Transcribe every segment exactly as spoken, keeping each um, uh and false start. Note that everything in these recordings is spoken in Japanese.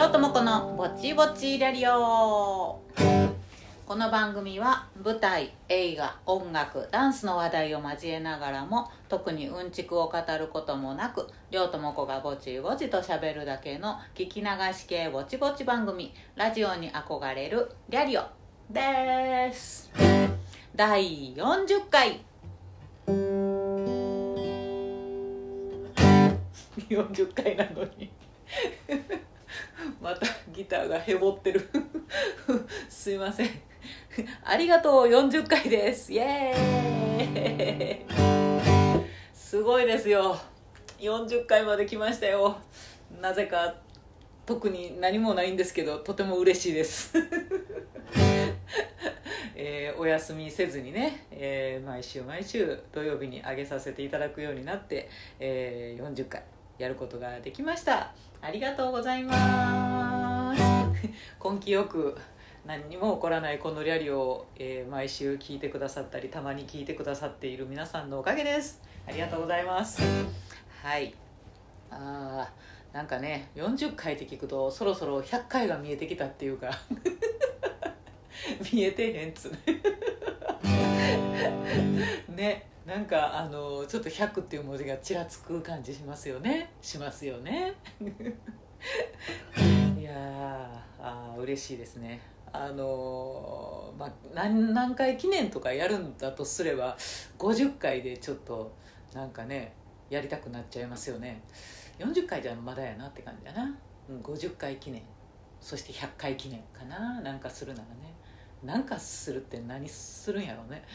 りょうともこのぼちぼちラリオ。この番組は舞台、映画、音楽、ダンスの話題を交えながらも特にうんちくを語ることもなく、りょうともこがぼちぼちと喋るだけの聞き流し系ぼちぼち番組、ラジオに憧れるリャリオです。だいよんじゅっかいよんじゅっかいなのにまたギターがへぼってるすいません。ありがとうよんじゅっかいです。イエーイすごいですよ。よんじゅっかいまで来ましたよ。なぜか特に何もないんですけど、とても嬉しいですえー、お休みせずにね、えー、毎週毎週土曜日に上げさせていただくようになって、えー、よんじゅっかいやることができました。ありがとうございます根気よく何にも起こらないこのリャリを、えー、毎週聞いてくださったり、たまに聞いてくださっている皆さんのおかげです。ありがとうございます。はい、あーなんかね、よんじゅっかいって聞くとそろそろひゃっかいが見えてきたっていうか見えてへんっつね、なんかあのちょっとひゃくっていう文字がちらつく感じしますよねしますよねいやーあー嬉しいですね。あのーまあ、何, 何回記念とかやるんだとすればごじゅっかいでちょっとなんかねやりたくなっちゃいますよね。よんじゅっかいじゃまだやなって感じだな、うん、ごじゅっかい記念、そしてひゃっかい記念かな。なんかするならね、なんかするって何するんやろうね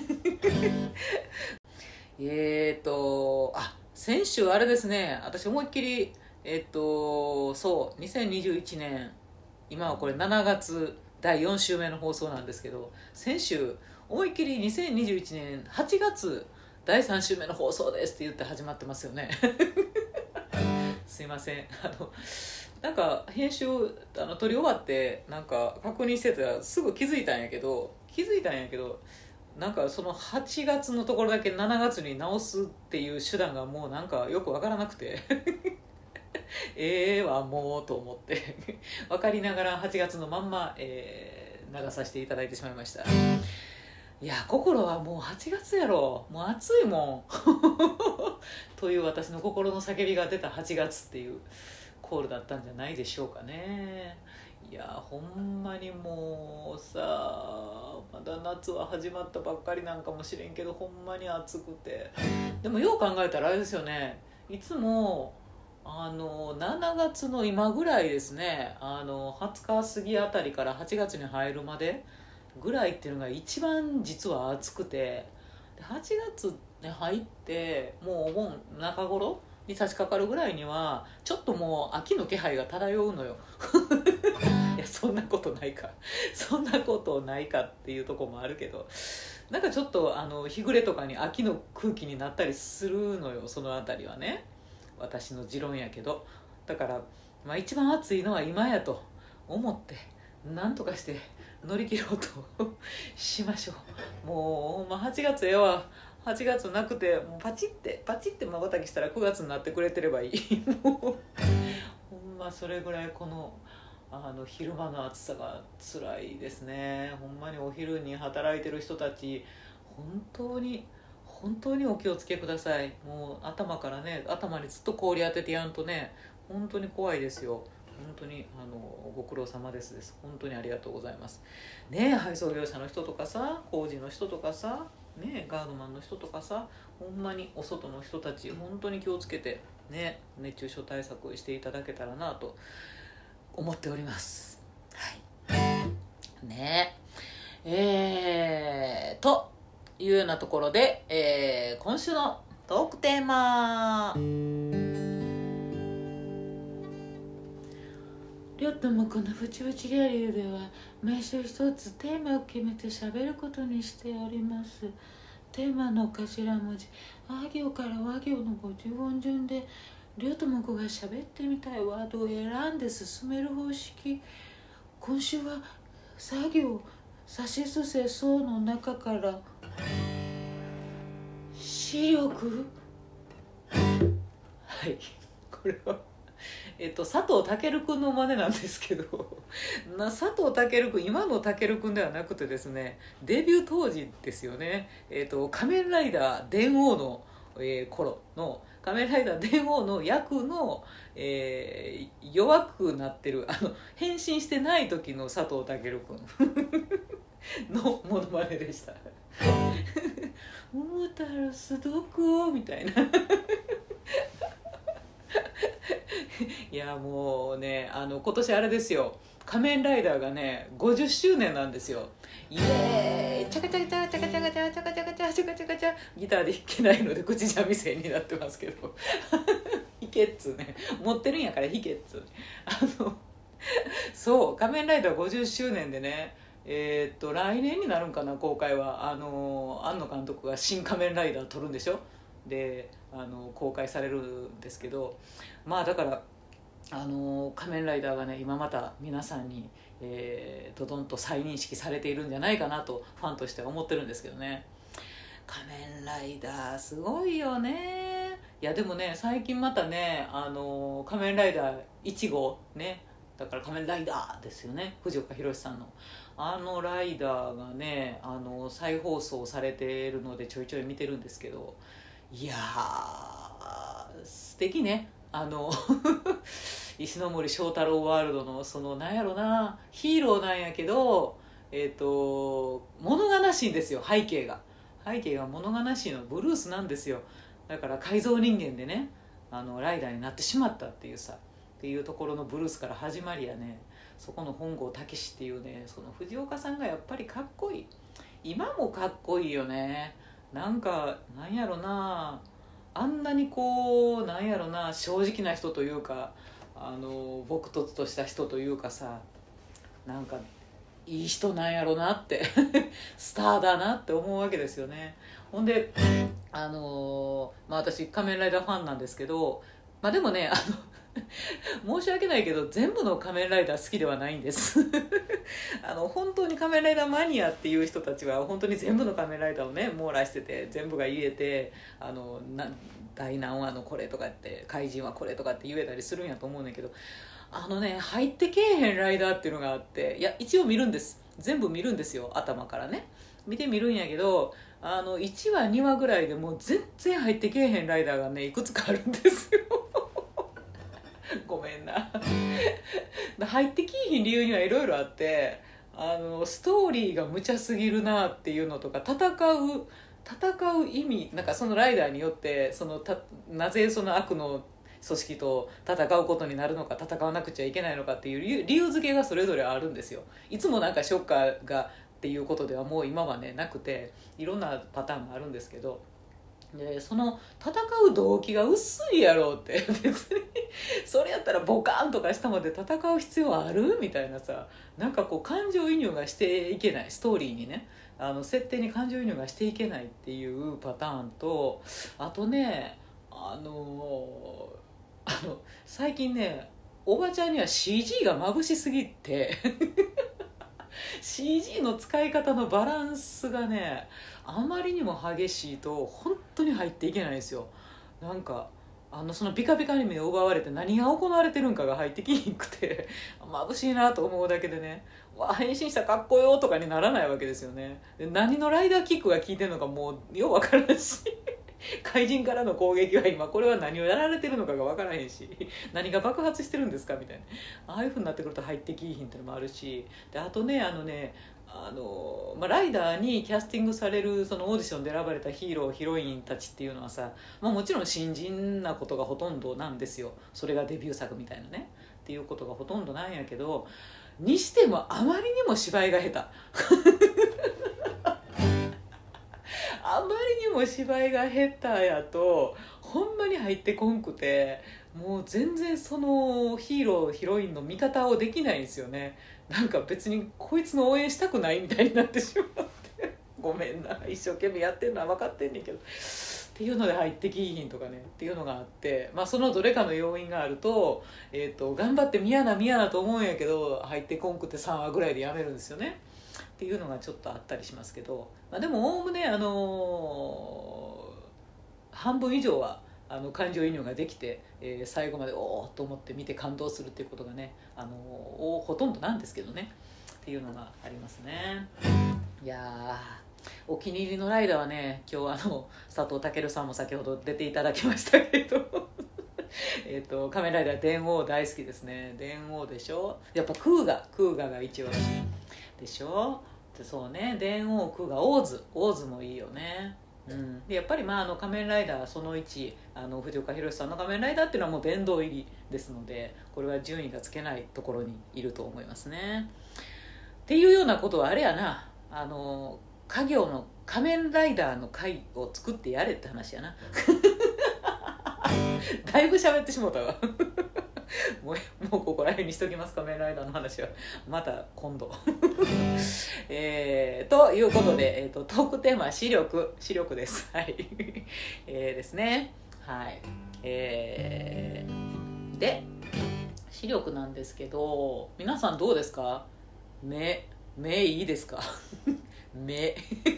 えっとあ先週あれですね、私思いっきりえっとそうにせんにじゅういちねん、今はこれしちがつだいよん週目の放送なんですけど、先週思いっきりにせんにじゅういちねんはちがつだいさん週目の放送ですって言って始まってますよねすいません。あのなんか編集あの撮り終わってなんか確認してたらすぐ気づいたんやけど気づいたんやけどなんかそのはちがつのところだけしちがつに直すっていう手段がもうなんかよくわからなくてええわもうと思って分かりながらはちがつのまんま、えー、流させていただいてしまいました。いや心はもうはちがつやろ、もう暑いもんという私の心の叫びが出たはちがつっていうコールだったんじゃないでしょうかね。いやほんまにもうさ、まだ夏は始まったばっかりなんかもしれんけど、ほんまに暑くて、でもよう考えたらあれですよね、いつもあのしちがつの今ぐらいですね、あのはつか過ぎあたりからはちがつに入るまでぐらいっていうのが一番実は暑くて、ではちがつに入ってもうお盆中頃に差し掛かるぐらいにはちょっともう秋の気配が漂うのよいやそんなことないかそんなことないかっていうところもあるけど、なんかちょっとあの日暮れとかに秋の空気になったりするのよ、そのあたりはね、私の持論やけど。だから、まあ、一番暑いのは今やと思ってなんとかして乗り切ろうとしましょう。もう、まあ、はちがつええわ、はちがつなくてもうパチってパチってまばたきしたらくがつになってくれてればいいもうほんまそれぐらいこのあの昼間の暑さが辛いですね。ほんまにお昼に働いてる人たち本当に本当にお気をつけください。もう頭からね、頭にずっと氷当ててやんとね、本当に怖いですよ。本当にあのご苦労様ですです。本当にありがとうございますね。え配送業者の人とかさ、工事の人とかさ、ねえガードマンの人とかさ、ほんまにお外の人たち本当に気をつけてね、熱中症対策をしていただけたらなと思っております。はいねええー、というようなところで、えー、今週のトークテーマ、りょうともこのブチブチリアリーでは毎週一つテーマを決めて喋ることにしております。テーマの頭文字あ行から和行のごじゅう音順でりょうともこが喋ってみたいワードを選んで進める方式。今週は作業さしすせそうの中から視力はいこれはえっと、佐藤健君の真似なんですけどな佐藤健君、今の健君ではなくてですね、デビュー当時ですよね、えっと、仮面ライダー電王の、えー頃の仮面ライダー電王の役の、えー弱くなってる、あの変身してない時の佐藤健君のモノマネでした桃太郎すどこみたいないやもうね、あの今年あれですよ、仮面ライダーがねごじゅっしゅうねんなんですよ。イエーイチャカチャカチャチャカチャカチャチャカチャカチャチャカチャカチャ、ギターで弾けないので口三味線になってますけど弾けっつうね、持ってるんやから弾けっつう、あのそう仮面ライダーごじゅっしゅうねんでね、えーっと来年になるんかな、公開は。あの庵野監督が新仮面ライダー撮るんでしょ。であの公開されるんですけど、まあだからあの仮面ライダーがね今また皆さんに、えー、どどんと再認識されているんじゃないかなとファンとしては思ってるんですけどね。仮面ライダーすごいよね。いやでもね最近またね、あの仮面ライダーいち号ね、だから仮面ライダーですよね、藤岡弘さんのあのライダーがね、あの再放送されているのでちょいちょい見てるんですけど、いやー素敵ね。あの石ノ森章太郎ワールドのそのなんやろな、ヒーローなんやけど、えっ、と物悲しいんですよ、背景が背景が物悲しいの、ブルースなんですよ。だから改造人間でね、あのライダーになってしまったっていうさっていうところのブルースから始まりやね。そこの本郷武史っていうね、その藤岡さんがやっぱりかっこいい。今もかっこいいよね。なんかなんやろな、あんなにこうなんやろな、正直な人というか、あの朴訥とした人というかさ、なんかいい人なんやろなってスターだなって思うわけですよね。ほんであのまあ私仮面ライダーファンなんですけど、まあでもね、あの申し訳ないけど全部の仮面ライダー好きではないんですあの本当に仮面ライダーマニアっていう人たちは本当に全部の仮面ライダーをね網羅してて、全部が言えて、あのな第何話のこれとかって怪人はこれとかって言えたりするんやと思うんだけど、あのね入ってけえへんライダーっていうのがあって、いや一応見るんです、全部見るんですよ、頭からね見てみるんやけど、あのいちわにわぐらいでもう全然入ってけえへんライダーがねいくつかあるんですよごめんな入ってきいひん理由にはいろいろあって、あのストーリーが無茶すぎるなっていうのとか、戦う戦う意味、なんかそのライダーによってそのたなぜその悪の組織と戦うことになるのか、戦わなくちゃいけないのかっていう理由理由付けがそれぞれあるんですよ。いつもなんかショッカーがっていうことではもう今はねなくて、いろんなパターンがあるんですけど、でその戦う動機が薄いやろうって別にそれやったらボカーンとか下まで戦う必要あるみたいなさ、なんかこう感情移入がしていけない、ストーリーにね、あの設定に感情移入がしていけないっていうパターンと、あとね、あのあの最近ねおばちゃんには シージー が眩しすぎてシージー の使い方のバランスがねあまりにも激しいと本当に入っていけないんですよ。なんかあのそのピカピカに目を奪われて何が行われてるんかが入ってきにくて眩しいなと思うだけでね、わあ変身したかっこよとかにならないわけですよね。で何のライダーキックが効いてるのかもうよう分からんし怪人からの攻撃は今これは何をやられてるのかが分からへんし、何が爆発してるんですかみたいな、ああいう風になってくると入ってきいひんっていうのもあるし、であとねあのねあの、まあ、ライダーにキャスティングされるそのオーディションで選ばれたヒーローヒロインたちっていうのはさ、まあ、もちろん新人なことがほとんどなんですよ。それがデビュー作みたいなねっていうことがほとんどなんやけど、にしてもあまりにも芝居が下手あまりにも芝居が下手やとほんまに入ってこんくて、もう全然そのヒーローヒロインの味方をできないんですよね。なんか別にこいつの応援したくないみたいになってしまってごめんな、一生懸命やってるのは分かってんねんけどっていうので入ってきいひんとかねっていうのがあって、まあ、そのどれかの要因があると、えーと、頑張って宮な宮なと思うんやけど入ってこんくてさんわぐらいでやめるんですよねっていうのがちょっとあったりしますけど、まあ、でもおおむねあのー半分以上はあの感情移入ができて、えー最後までおおと思って見て感動するっていうことがね、あのおほとんどなんですけどねっていうのがありますね。いやーお気に入りのライダーはね、今日あの佐藤健さんも先ほど出ていただきましたけどえっと仮面ライダー電王大好きですね。電王でしょ、やっぱクーガクーガが一押しでしょ。でそうね、電王クーガオーズオーズもいいよね。うん、でやっぱりまああの仮面ライダーそのいち、あの藤岡弘さんの仮面ライダーっていうのはもう殿堂入りですので、これは順位がつけないところにいると思いますね。っていうようなことはあれやな、あの家業の仮面ライダーの会を作ってやれって話やなだいぶ喋ってしもうたわもうもうここら辺にしときます。仮面ライダーの話はまた今度えー、ということで、えー、とトークテーマは視力視力ですはいえーですねはい。えー、で視力なんですけど、皆さんどうですか？目目いいですか？目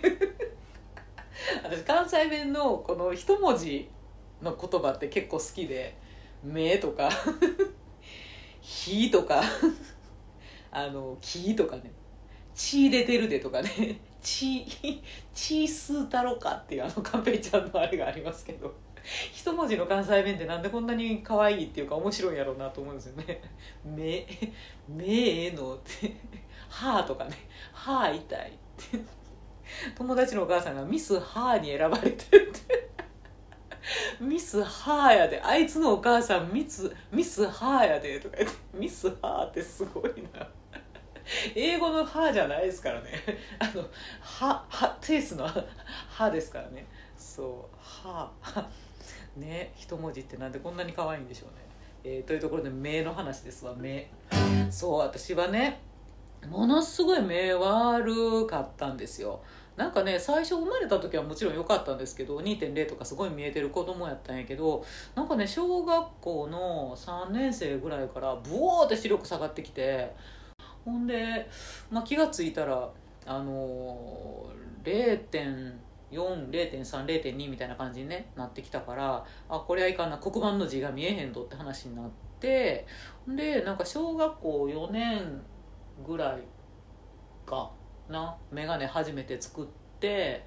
私関西弁のこの一文字の言葉って結構好きで、目とか火とかあの木とかね、血出てるでとかね、血血吸うたろかっていうあのカンペイちゃんのあれがありますけど、一文字の関西弁ってなんでこんなに可愛いっていうか面白いんやろうなと思うんですよね。目目ええのって歯とかね、歯痛いって友達のお母さんがミス歯に選ばれてるってミスハーやで、あいつのお母さんミスミスハーやでとか言って、ミスハーってすごいな英語のハーじゃないですからねあのハハテイスのハですからね。そうハーね、一文字ってなんでこんなに可愛いんでしょうね。えー、というところで目の話ですわ。目そう私はねものすごい目悪かったんですよ。なんかね最初生まれた時はもちろん良かったんですけど にてんゼロ とかすごい見えてる子供やったんやけど、なんかね小学校のさんねん生ぐらいからブオーって視力下がってきて、ほんで、まあ、気がついたらあのー、れいてんよん、れいてんさん、れいてんに みたいな感じに、ね、なってきたから、あこれはいかんな、黒板の字が見えへんとって話になって、でなんか小学校よねんぐらいかな、メガネ初めて作って、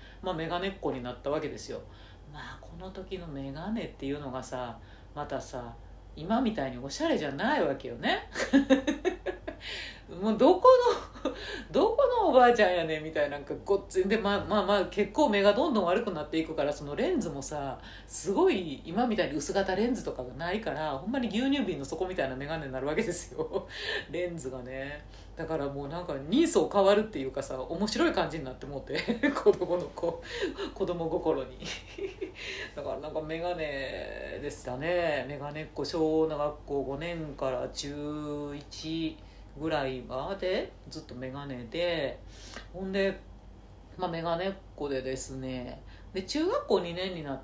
まあ、メガネっ子になったわけですよ。まあこの時のメガネっていうのがさ、またさ今みたいにおしゃれじゃないわけよねもうどこのどこのおばあちゃんやねんみたいな、なんかごっついで、まあまあまあ結構目がどんどん悪くなっていくから、そのレンズもさすごい今みたいに薄型レンズとかがないから、ほんまに牛乳瓶の底みたいな眼鏡になるわけですよレンズがね。だからもうなんか人相変わるっていうかさ、面白い感じになってもうて子供の子子供心にだからなんか眼鏡でしたね。眼鏡っ子小学校ごねんから中いちぐらいまでずっと眼鏡で、ほんで、まあ、眼鏡っ子でですね、で中学校にねんになって、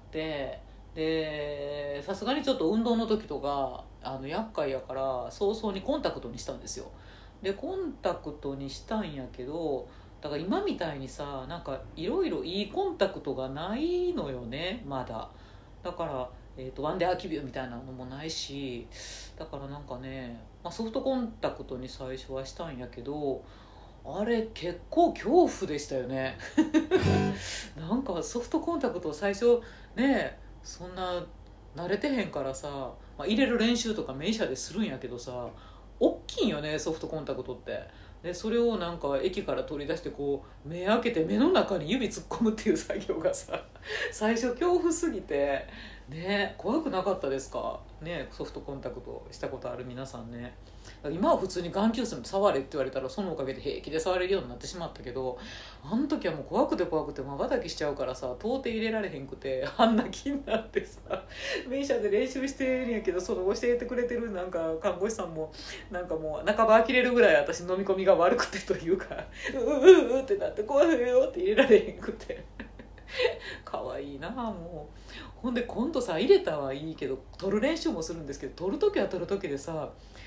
でさすがにちょっと運動の時とかあの厄介やから早々にコンタクトにしたんですよ。でコンタクトにしたんやけど、だから今みたいにさなんかいろいろいいコンタクトがないのよねまだ。だから、えー、とワンデーアキビューみたいなのもないし、だからなんかね、まあ、ソフトコンタクトに最初はしたんやけど、あれ結構恐怖でしたよねなんかソフトコンタクトを最初ねそんな慣れてへんからさ、まあ、入れる練習とか名車でするんやけどさ、大きいんよねソフトコンタクトって。でそれをなんか駅から取り出してこう目開けて目の中に指突っ込むっていう作業がさ最初恐怖すぎてね、怖くなかったですかね。ソフトコンタクトしたことある皆さんね。今は普通に眼球線触れって言われたらそのおかげで平気で触れるようになってしまったけど、あの時はもう怖くて怖くてまばたきしちゃうからさ到底入れられへんくて、あんな気になってさ名車で練習してるんやけど、その教えてくれてるなんか看護師さんもなんかもう半ば呆れるぐらい私飲み込みが悪くてというかううううってなって怖いよって入れられへんくてかわいいなもう。ほんで今度さ入れたはいいけど取る練習もするんですけど、取る時は取る時でさ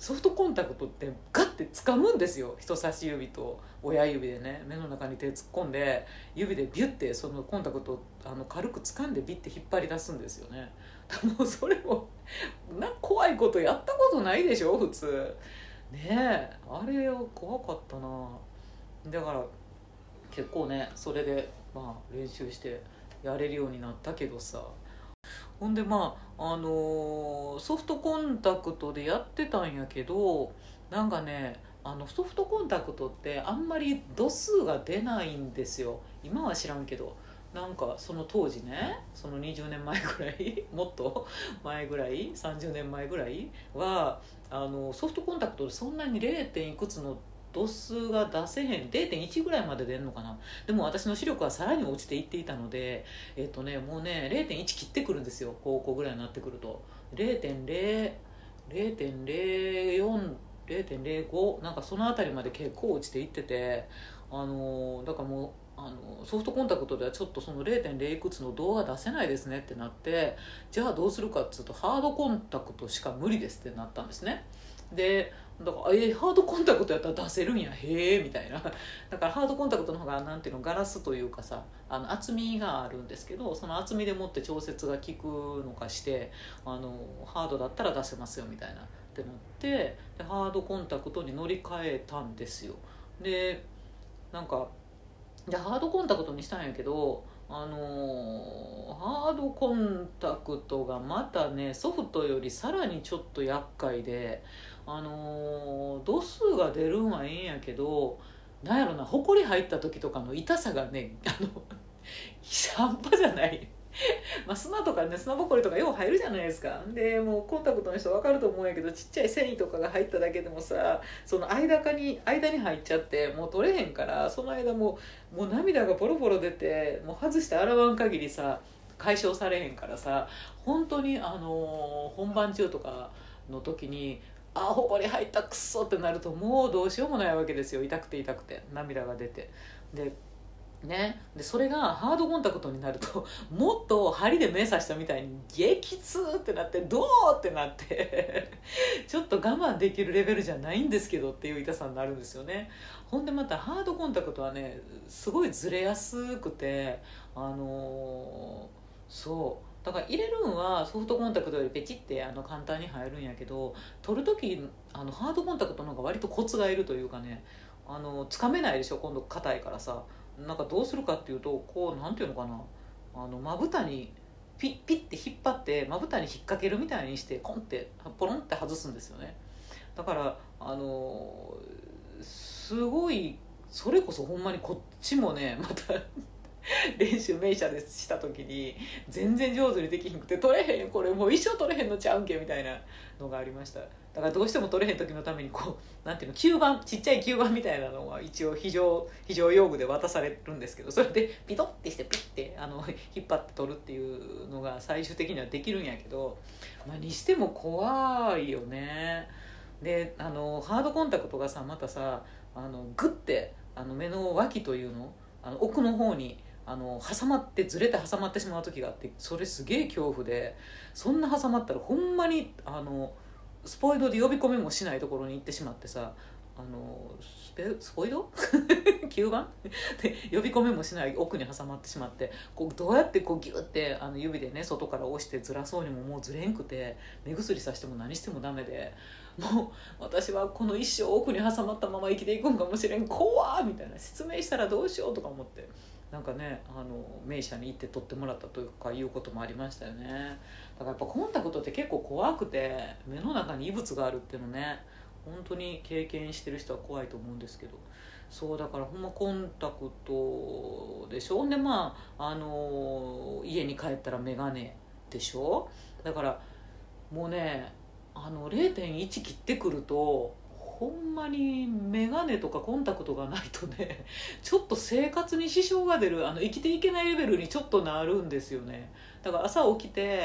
ソフトコンタクトってガッて掴むんですよ。人差し指と親指でね、目の中に手突っ込んで指でビュッてそのコンタクトをあの軽く掴んでビッて引っ張り出すんですよね。もうそれもな怖いことやったことないでしょ普通ね。えあれは怖かったな。だから結構ねそれでまあ練習してやれるようになったけどさ。ほんでまああのーソフトコンタクトでやってたんやけど、なんかねあのソフトコンタクトってあんまり度数が出ないんですよ。今は知らんけど、なんかその当時ね、そのにじゅうねんまえぐらいもっと前ぐらいさんじゅうねんまえぐらいはあのソフトコンタクトでそんなに れい. 点いくつの度数が出せへん れいてんいち ぐらいまで出るのかな。でも私の視力はさらに落ちていっていたので、えっとねもうね れいてんいち 切ってくるんですよ。高校ぐらいになってくると れいてんれい れいてんれいよん れいてんれいご なんかそのあたりまで結構落ちていってて、あのだからもうあのソフトコンタクトではちょっとその れいてんれい いくつの動画出せないですねってなって、じゃあどうするかっつうとハードコンタクトしか無理ですってなったんですね。でだからえハードコンタクトやったら出せるんやへえみたいな。だからハードコンタクトの方がなんていうのガラスというかさ、あの厚みがあるんですけど、その厚みでもって調節が効くのかして、あのハードだったら出せますよみたいなってなって、でハードコンタクトに乗り換えたんですよ。でなんかでハードコンタクトにしたんやけど、あのーハードコンタクトがまたねソフトよりさらにちょっと厄介で、あのー度数が出るんはいいんやけど、なんやろな、ほこり入った時とかの痛さがねあの半端じゃないまあ砂とかね、砂ぼこりとかよう入るじゃないですか。でもうコンタクトの人分かると思うんやけど、ちっちゃい繊維とかが入っただけでもさ、その間かに間に入っちゃってもう取れへんから、その間もうもう涙がポロポロ出て、もう外して洗わん限りさ解消されへんからさ、本当にあのー本番中とかの時にあほこり入ったくっそってなるともうどうしようもないわけですよ。痛くて痛くて涙が出て、でね、でそれがハードコンタクトになるともっと針で目刺したみたいに激痛ってなって、どうってなってちょっと我慢できるレベルじゃないんですけどっていう痛さになるんですよね。ほんでまたハードコンタクトはねすごいずれやすくて、あのーそうだから入れるんはソフトコンタクトよりペチってあの簡単に入るんやけど、取る時あのハードコンタクトの方が割とコツがいるというかね、あのつかめないでしょ、今度硬いからさ。なんかどうするかっていうと、こうなんていうのかな、あのまぶたにピッピッて引っ張ってまぶたに引っ掛けるみたいにしてコンってポロンって外すんですよね。だからあのすごい、それこそほんまにこっちもねまた練習名車でした時に全然上手にできひんくて、取れへん、これもう一生取れへんのちゃうんけみたいなのがありました。だからどうしても取れへん時のためにこうなんていうの、吸盤、ちっちゃい吸盤みたいなのは一応非常非常用具で渡されるんですけど、それでピトッてしてピッてあの引っ張って取るっていうのが最終的にはできるんやけど、まあ、にしても怖いよね。であのハードコンタクトがさまたさあのグッてあの目の脇というの、あの奥の方にあの挟まってずれて挟まってしまう時があって、それすげえ恐怖で、そんな挟まったらほんまにあのスポイドで呼び込みもしないところに行ってしまってさ、あのスペスポイド吸盤で呼び込みもしない奥に挟まってしまって、こうどうやってこうギュッてあの指でね外から押してずらそうにももうずれんくて、目薬さしても何してもダメで、もう私はこの一生奥に挟まったまま生きていくんかもしれん、怖ーみたいな、説明したらどうしようとか思って、なんかねあの名医者に行って取ってもらったというかいうこともありましたよね。だからやっぱコンタクトって結構怖くて、目の中に異物があるっていうのね本当に経験してる人は怖いと思うんですけど、そうだからほんまコンタクトでしょ。でまああの家に帰ったらメガネでしょ。だからもうねあの れいてんいち 切ってくるとほんまにメガネとかコンタクトがないとねちょっと生活に支障が出る、あの生きていけないレベルにちょっとなるんですよね。だから朝起きて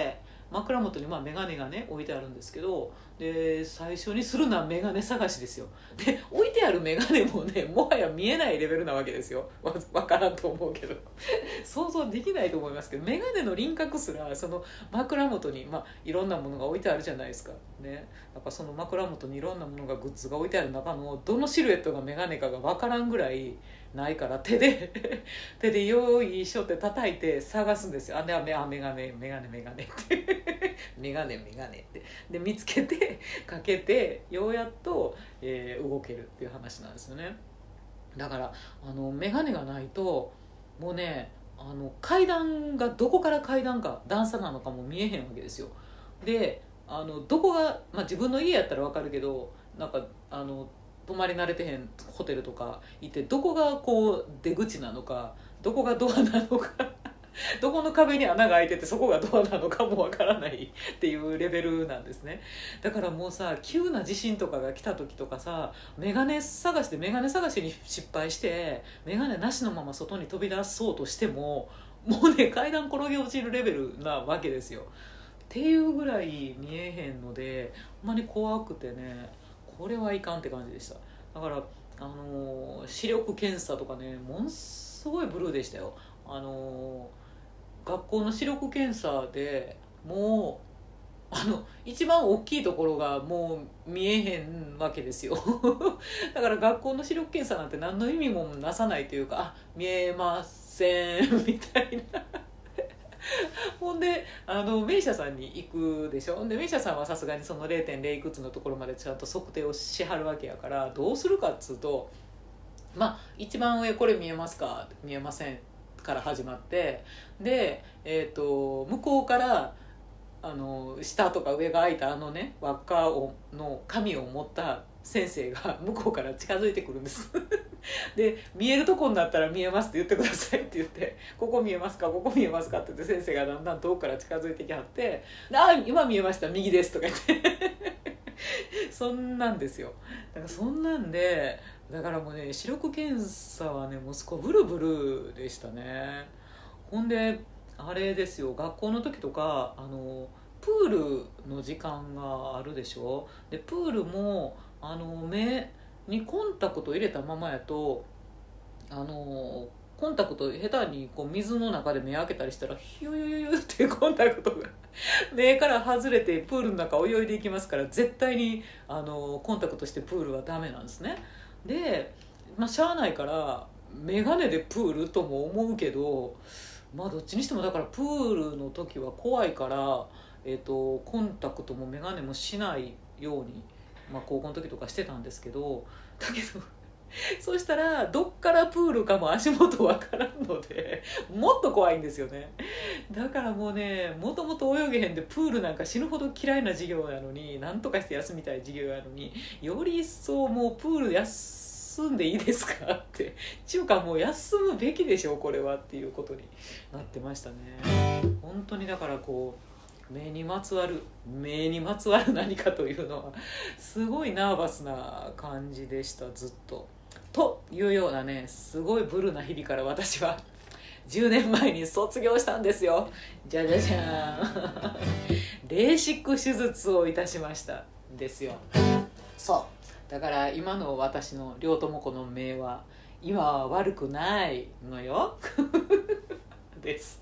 枕元にまあ眼鏡がね置いてあるんですけど、で最初にするのは眼鏡探しですよ。で置いてある眼鏡もねもはや見えないレベルなわけですよ。わ分からんと思うけど想像できないと思いますけど、眼鏡の輪郭すらその枕元に、まあ、いろんなものが置いてあるじゃないですかね。だからその枕元にいろんなものがグッズが置いてある中のどのシルエットが眼鏡かが分からんぐらいないから、手で手でよいしょって叩いて探すんですよ。あ、ね、あ、メガネメガネメガネってメガネメガネってで見つけてかけてようやっと、えー動けるっていう話なんですよね。だからあのメガネがないともうね、あの階段がどこから階段か段差なのかも見えへんわけですよ。であのどこが、まあ、自分の家やったら分かるけど、なんかあの泊まり慣れてへんホテルとか行ってどこがこう出口なのかどこがドアなのかどこの壁に穴が開いててそこがドアなのかもわからないっていうレベルなんですね。だからもうさ、急な地震とかが来た時とかさ、メガネ探してメガネ探しに失敗してメガネなしのまま外に飛び出そうとしてももうね、階段転げ落ちるレベルなわけですよ。っていうぐらい見えへんので、ほんまに怖くてね、これはいかんって感じでした。だからあのー視力検査とかね、ものすごいブルーでしたよ。あのー学校の視力検査でもうあの一番大きいところがもう見えへんわけですよだから学校の視力検査なんて何の意味もなさないというか、あ、見えませんみたいなほんであの名医者さんに行くでしょ。で名医者さんはさすがにその れいてんれい いくつのところまでちゃんと測定をしはるわけやから、どうするかっつうと、まあ一番上これ見えますか、見えませんから始まって、で、えー、と向こうからあの下とか上が開いたあのね輪っかをの紙を持った先生が向こうから近づいてくるんですで見えるとこになったら見えますって言ってくださいって言って、ここ見えますかここ見えますかって言って先生がだんだん遠くから近づいてきはって、あ、今見えました右ですとか言ってそんなんですよ。だからそんなんで、だからもうね、視力検査はねもうすこブルブルでしたね。ほんであれですよ、学校の時とかあのプールの時間があるでしょ。でプールもあの目にコンタクト入れたままやと、あのコンタクト下手にこう水の中で目開けたりしたらヒューユユユってコンタクトが目から外れてプールの中泳いでいきますから、絶対にあのコンタクトしてプールはダメなんですね。で、まあ、しゃあないからメガネでプールとも思うけど、まあどっちにしてもだからプールの時は怖いから、えー、とコンタクトもメガネもしないように、まあ、高校の時とかしてたんですけど、だけどそうしたらどっからプールかも足元わからんのでもっと怖いんですよね。だからもうね、もともと泳げへんでプールなんか死ぬほど嫌いな授業やのに、なんとかして休みたい授業やのに、より一層もうプール休んでいいですかってちゅうかもう休むべきでしょこれはっていうことになってましたね。本当にだからこう目にまつわる目にまつわる何かというのはすごいナーバスな感じでした、ずっと。というようなね、すごいブルーな日々から私はじゅうねんまえに卒業したんですよ。じゃじゃじゃーんレーシック手術をいたしましたですよ。そうだから今の私の両友子の目は今は悪くないのよです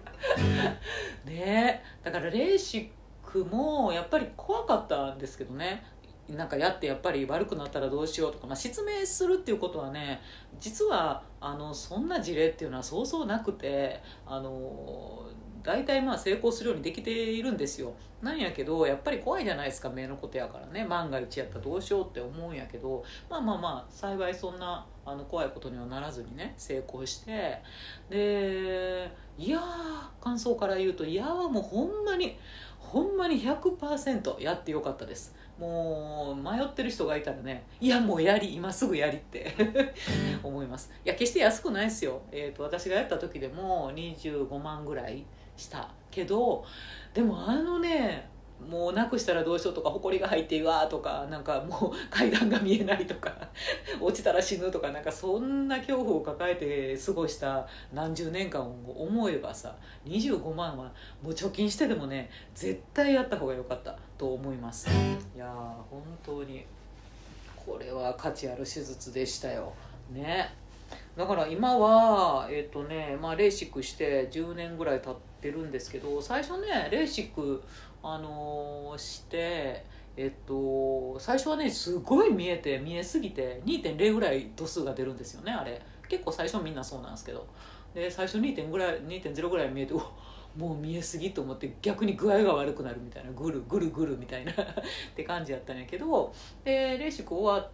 ね。だからレーシックもやっぱり怖かったんですけどね、なんかやってやっぱり悪くなったらどうしようとか、まあ、失明するっていうことはね、実はあのそんな事例っていうのはそうそうなくて、あの大体まあ成功するようにできているんですよ。なんやけどやっぱり怖いじゃないですか、目のことやからね。万が一やったらどうしようって思うんやけど、まあまあまあ幸いそんなあの怖いことにはならずにね成功して、でいやー感想から言うと、いやーもうほんまにほんまに ひゃくパーセント やってよかったです。もう迷ってる人がいたらね、いやもうやり今すぐやりって思います。いや決して安くないですよ。えーと私がやった時でもにじゅうごまんぐらいしたけど、でもあのねもうなくしたらどうしようとか、埃が入っているわとか、なんかもう階段が見えないとか落ちたら死ぬとか、なんかそんな恐怖を抱えて過ごした何十年間を思えばさ、にじゅうごまんはもう貯金してでもね絶対やった方が良かったと思います。いやー本当にこれは価値ある手術でしたよね。だから今はえっ、とね、まあ、レーシックしてじゅうねんぐらい経ってるんですけど、最初ねレーシック、あのーしてえっと最初はねすごい見えて見えすぎて にてんれい ぐらい度数が出るんですよね。あれ結構最初みんなそうなんですけど、で最初 にてんゼロ ぐらい見えて、おもう見えすぎと思って逆に具合が悪くなるみたいな、ぐるぐるぐるみたいなって感じやったんやけど、でレーシック終わって、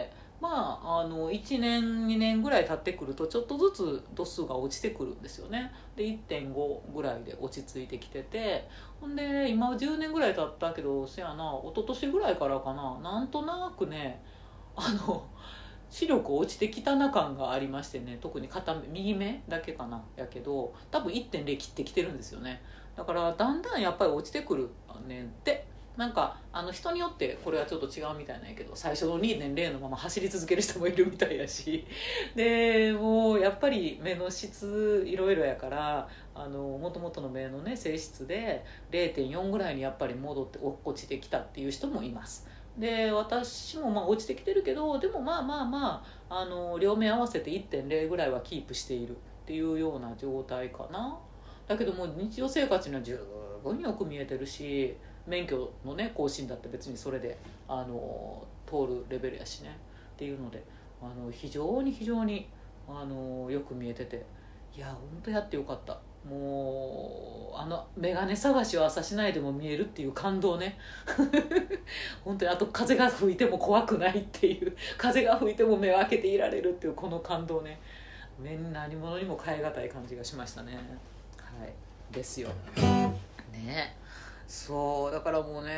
まあ、あのいちねんにねんぐらい経ってくるとちょっとずつ度数が落ちてくるんですよね。で いってんご ぐらいで落ち着いてきてて、ほんで今じゅうねんぐらい経ったけど、せやな一昨年ぐらいからかな、なんとなくねあの視力落ちてきたな感がありましてね、特に片目右目だけかなやけど、多分 いってんれい 切ってきてるんですよね。だからだんだんやっぱり落ちてくるねんって。なんかあの人によってこれはちょっと違うみたいなんやけど、最初の にてんれい のまま走り続ける人もいるみたいやしでもうやっぱり目の質いろいろやから、あの元々の目のね性質で れいてんよん ぐらいにやっぱり戻って落ちてきたっていう人もいます。で私もまあ落ちてきてるけど、でもまあまあまあ、あの両目合わせて いってんれい ぐらいはキープしているっていうような状態かな。だけども日常生活には十分によく見えてるし、免許のね更新だって別にそれであの通るレベルやしねっていうので、あの非常に非常にあのよく見えてて、いや本当やってよかった。もうあの眼鏡探しを朝しないでも見えるっていう感動ね本当に、あと風が吹いても怖くないっていう、風が吹いても目を開けていられるっていうこの感動ね、何者にも代え難い感じがしましたね。はいですよね。そうだからもうね、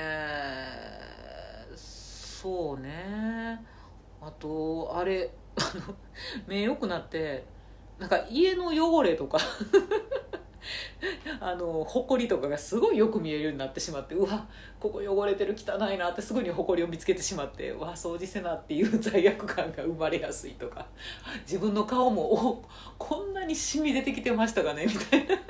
そうね、あとあれあの目良くなって、なんか家の汚れとかあの埃とかがすごいよく見えるようになってしまって、うわここ汚れてる汚いなってすぐに埃を見つけてしまって、うわ掃除せなっていう罪悪感が生まれやすいとか、自分の顔もおこんなにシミ出てきてましたかねみたいな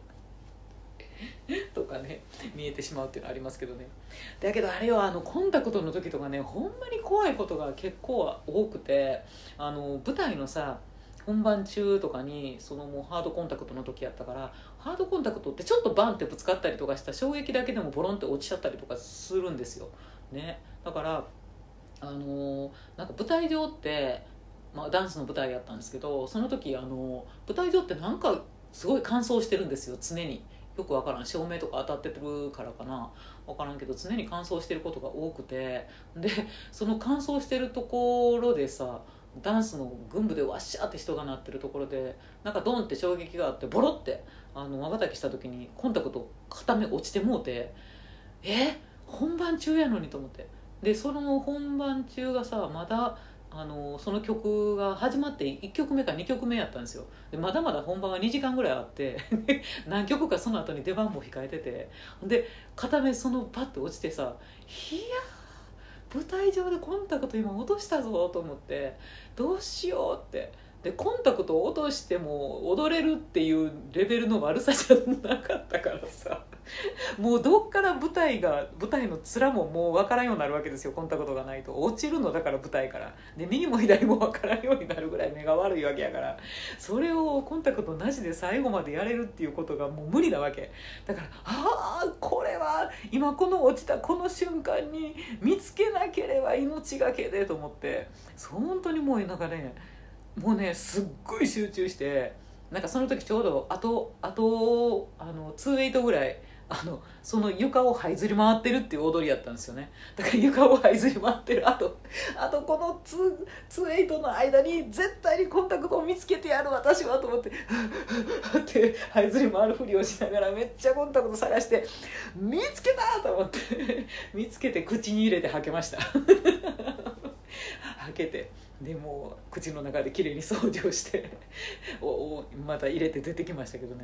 とかね見えてしまうっていうのはありますけどね。だけどあれはあのコンタクトの時とかね、ほんまに怖いことが結構多くて、あの舞台のさ本番中とかに、そのもうハードコンタクトの時やったから、ハードコンタクトってちょっとバンってぶつかったりとかした衝撃だけでもボロンって落ちちゃったりとかするんですよね。だからあのなんか舞台上って、まあ、ダンスの舞台やったんですけど、その時あの舞台上ってなんかすごい乾燥してるんですよ常に。よくわからん、照明とか当たってるからかなわからんけど、常に乾燥してることが多くて、でその乾燥してるところでさ、ダンスの群舞でわっしゃーって人がなってるところで、なんかドンって衝撃があって、ボロってあの瞬きした時にコンタクト片目落ちてもうて、え本番中やのにと思って、でその本番中がさ、まだあのその曲が始まっていっきょくめかにきょくめやったんですよ。でまだまだ本番はにじかんぐらいあって何曲かその後に出番も控えてて、で片目そのパッて落ちてさ、いや舞台上でコンタクト今落としたぞと思って、どうしようって。でコンタクトを落としても踊れるっていうレベルの悪さじゃなかったからさもうどっから舞台が舞台の面ももう分からんようになるわけですよ。コンタクトがないと落ちるのだから、舞台からで右も左も分からんようになるぐらい目が悪いわけやから、それをコンタクトなしで最後までやれるっていうことがもう無理なわけだから、ああこれは今この落ちたこの瞬間に見つけなければ命がけでと思って、本当にもうなんかね、もうねすっごい集中して、なんかその時ちょうどあとあとあのにじゅうはちぐらい、あのその床を這いずり回ってるっていう踊りやったんですよね。だから床を這いずり回ってるあとあとこのにじゅうはちの間に絶対にコンタクトを見つけてやる私はと思ってって這いずり回るふりをしながらめっちゃコンタクト探して、見つけたと思って見つけて口に入れて吐けました吐けて、でもう口の中できれいに掃除をしておおまた入れて出てきましたけどね。あ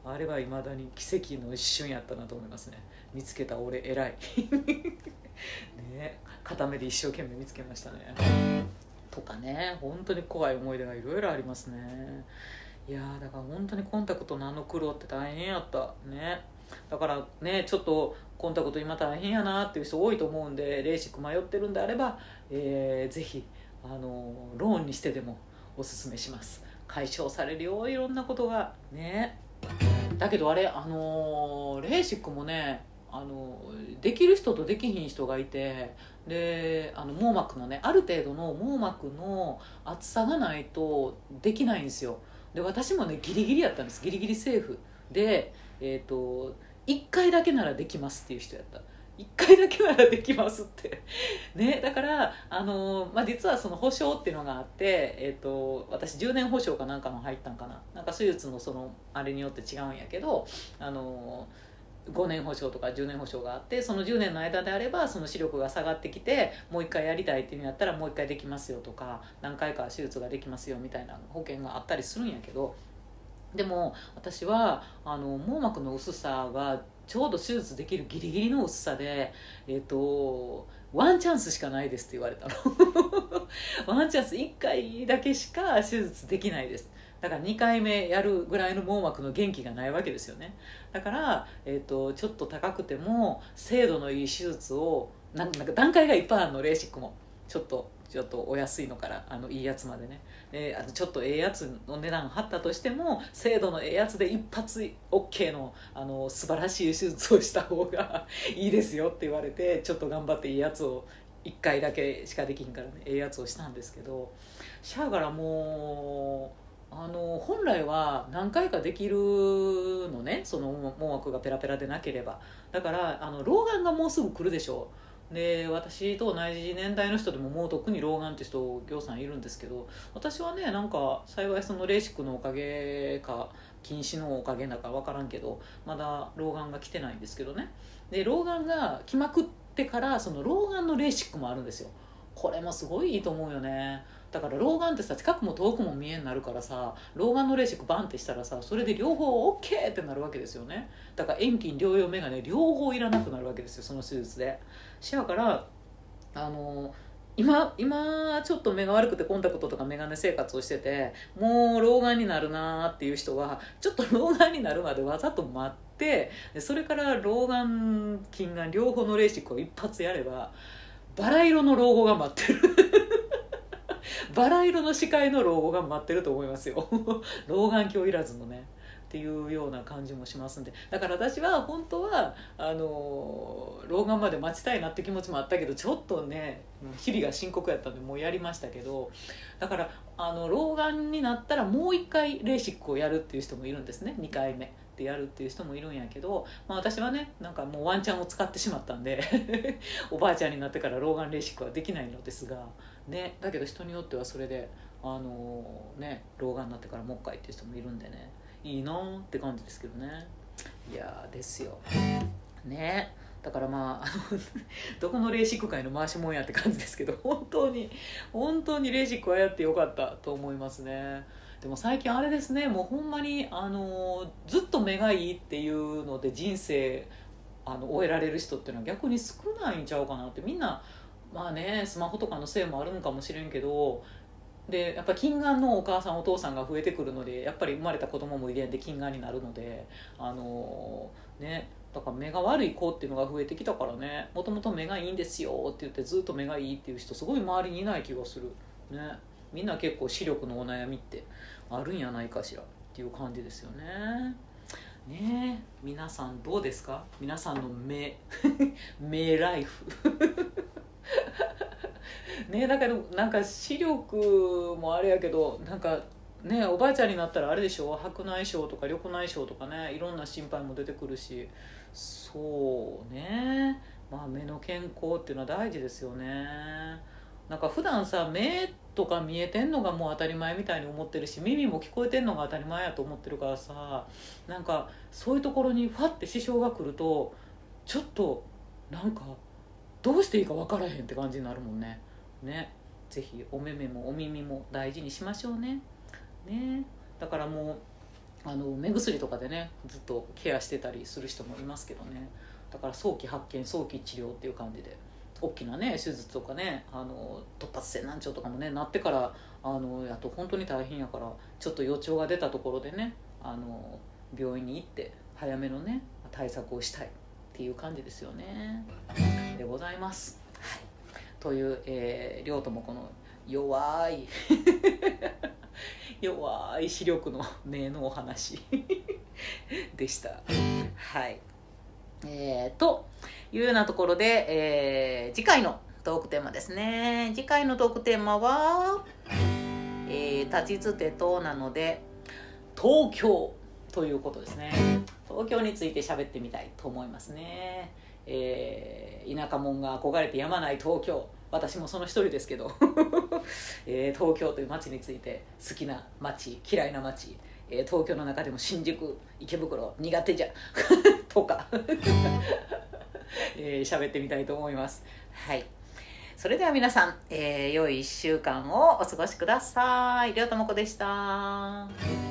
あれはいまだに奇跡の一瞬やったなと思いますね。見つけた俺偉いね、片目で一生懸命見つけましたねとかね、本当に怖い思い出がいろいろありますね。いやーだから本当にコンタクトのあの苦労って大変やったね。だからね、ちょっとコンタクト今大変やなっていう人多いと思うんで、レーシック迷ってるんであれば、えー、ぜひあのローンにしてでもおすすめします。解消されるよ、いろんなことがね。だけどあれ、あのレーシックもね、あのできる人とできひん人がいて、であの網膜のね、ある程度の網膜の厚さがないとできないんですよ。で私もねギリギリやったんです。ギリギリセーフで、えーと、いっかいだけならできますっていう人やった。いっかいだけならできますってね。だからあの、まあ、実はその保証っていうのがあって、えーと、私じゅうねん保証かなんかの入ったんかな、なんか手術のそのあれによって違うんやけど、あのごねん保証とかじゅうねん保証があって、そのじゅうねんの間であればその視力が下がってきてもう一回やりたいっていうんやったらもう一回できますよとか、何回か手術ができますよみたいな保険があったりするんやけど、でも私はあの網膜の薄さがちょうど手術できるギリギリの薄さで、えーと、ワンチャンスしかないですって言われたのワンチャンスいっかいだけしか手術できないです。だからにかいめやるぐらいの網膜の元気がないわけですよね。だから、えーと、ちょっと高くても精度のいい手術をなんか段階がいっぱいあるの、レーシックもちょっとちょっとお安いのからあのいいやつまでね、えー、あとちょっとええやつの値段張ったとしても精度のええやつで一発 OK の、あの素晴らしい手術をした方がいいですよって言われて、ちょっと頑張っていいやつをいっかいだけしかできひんからね、ええやつをしたんですけど、シャーからもうあの本来は何回かできるのね、その網膜がペラペラでなければ。だからあの老眼がもうすぐ来るでしょ。で私と同じ年代の人でももう特に老眼って人ぎょうさんいるんですけど、私はねなんか幸いそのレーシックのおかげか近視のおかげだか分からんけど、まだ老眼が来てないんですけどね。で老眼が来まくってからその老眼のレーシックもあるんですよ。これもすごいいいと思うよね。だから老眼ってさ、近くも遠くも見えになるからさ、老眼のレーシックバンってしたらさ、それで両方 OK ってなるわけですよね。だから遠近両用眼鏡両方いらなくなるわけですよ、その手術で。しやからあの今今ちょっと目が悪くてコンタクトとか眼鏡生活をしてて、もう老眼になるなっていう人はちょっと老眼になるまでわざと待って、それから老眼近眼両方のレーシックを一発やればバラ色の老後が待ってるバラ色の視界の老後が待ってると思いますよ老眼鏡いらずのねっていうような感じもしますんで、だから私は本当はあの老眼まで待ちたいなって気持ちもあったけど、ちょっとね日々が深刻やったんでもうやりましたけど、だからあの老眼になったらもう一回レーシックをやるっていう人もいるんですね。にかいめでやるっていう人もいるんやけど、まあ、私はねなんかもうワンチャンを使ってしまったんでおばあちゃんになってから老眼レーシックはできないのですがね、だけど人によってはそれであのね老眼になってからもう一回っていう人もいるんでね、いいなーって感じですけどね。いやーですよね。だからまああのどこのレーシック界の回しもんやって感じですけど、本当に本当にレーシックはやってよかったと思いますね。でも最近あれですね、もうほんまにあのずっと目がいいっていうので人生あの終えられる人っていうのは逆に少ないんちゃうかなって。みんなまあねスマホとかのせいもあるんかもしれんけど、でやっぱり近眼のお母さんお父さんが増えてくるので、やっぱり生まれた子供も遺伝で近眼になるので、あのねだから目が悪い子っていうのが増えてきたからね、もともと目がいいんですよって言ってずっと目がいいっていう人すごい周りにいない気がするね。みんな結構視力のお悩みってあるんやないかしらっていう感じですよね。ねえ皆さんどうですか、皆さんの目目ライフね、だけどなんか視力もあれやけど、なんかねおばあちゃんになったらあれでしょ、白内障とか緑内障とかね、いろんな心配も出てくるし、そうね、まあ目の健康っていうのは大事ですよね。なんか普段さ目とか見えてんのがもう当たり前みたいに思ってるし、耳も聞こえてんのが当たり前やと思ってるからさ、なんかそういうところにファッて支障が来るとちょっとなんかどうしていいか分からへんって感じになるもんね。ね、ぜひお目目もお耳も大事にしましょうね。ね、だからもあの目薬とかでねずっとケアしてたりする人もいますけどね。だから早期発見早期治療っていう感じで大きなね手術とかね、あの突発性難聴とかもねなってからあのやっと本当に大変やから、ちょっと予兆が出たところでね、あの病院に行って早めのね対策をしたいっていう感じですよね。でございます。はい、という、えー、両ともこの弱い弱い視力のねのお話でした。はい。えー、というようなところで、えー、次回のトークテーマですね。次回のトークテーマは、えー、立ちつてとなので東京ということですね。東京について喋ってみたいと思いますね。えー、田舎者が憧れてやまない東京、私もその一人ですけど、えー、東京という街について好きな街嫌いな街、えー、東京の中でも新宿池袋苦手じゃとかえー、喋ってみたいと思います。はい、それでは皆さん、えー、良いいっしゅうかんをお過ごしください。りょうともこでした。